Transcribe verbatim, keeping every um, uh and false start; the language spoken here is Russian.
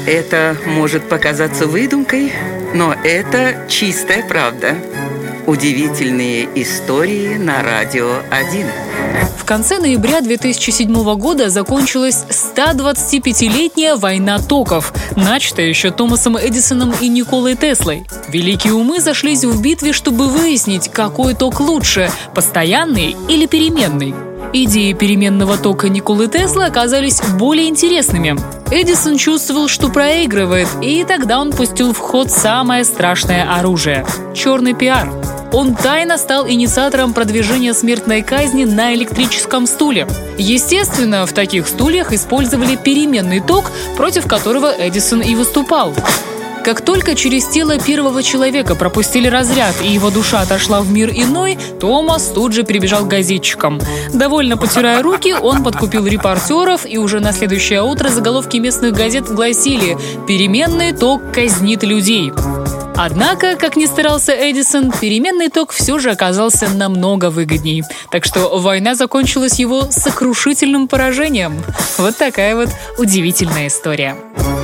Это может показаться выдумкой, но это чистая правда. Удивительные истории на Радио один. В конце ноября две тысячи седьмого года закончилась ста двадцатипятилетняя война токов, начатая еще Томасом Эдисоном и Николой Теслой. Великие умы сошлись в битве, чтобы выяснить, какой ток лучше – постоянный или переменный. Идеи переменного тока Николы Теслы оказались более интересными. Эдисон чувствовал, что проигрывает, и тогда он пустил в ход самое страшное оружие – черный пиар. Он тайно стал инициатором продвижения смертной казни на электрическом стуле. Естественно, в таких стульях использовали переменный ток, против которого Эдисон и выступал. Как только через тело первого человека пропустили разряд и его душа отошла в мир иной, Томас тут же прибежал к газетчикам. Довольно потирая руки, он подкупил репортеров, и уже на следующее утро заголовки местных газет гласили «Переменный ток казнит людей». Однако, как ни старался Эдисон, переменный ток все же оказался намного выгодней. Так что война закончилась его сокрушительным поражением. Вот такая вот удивительная история.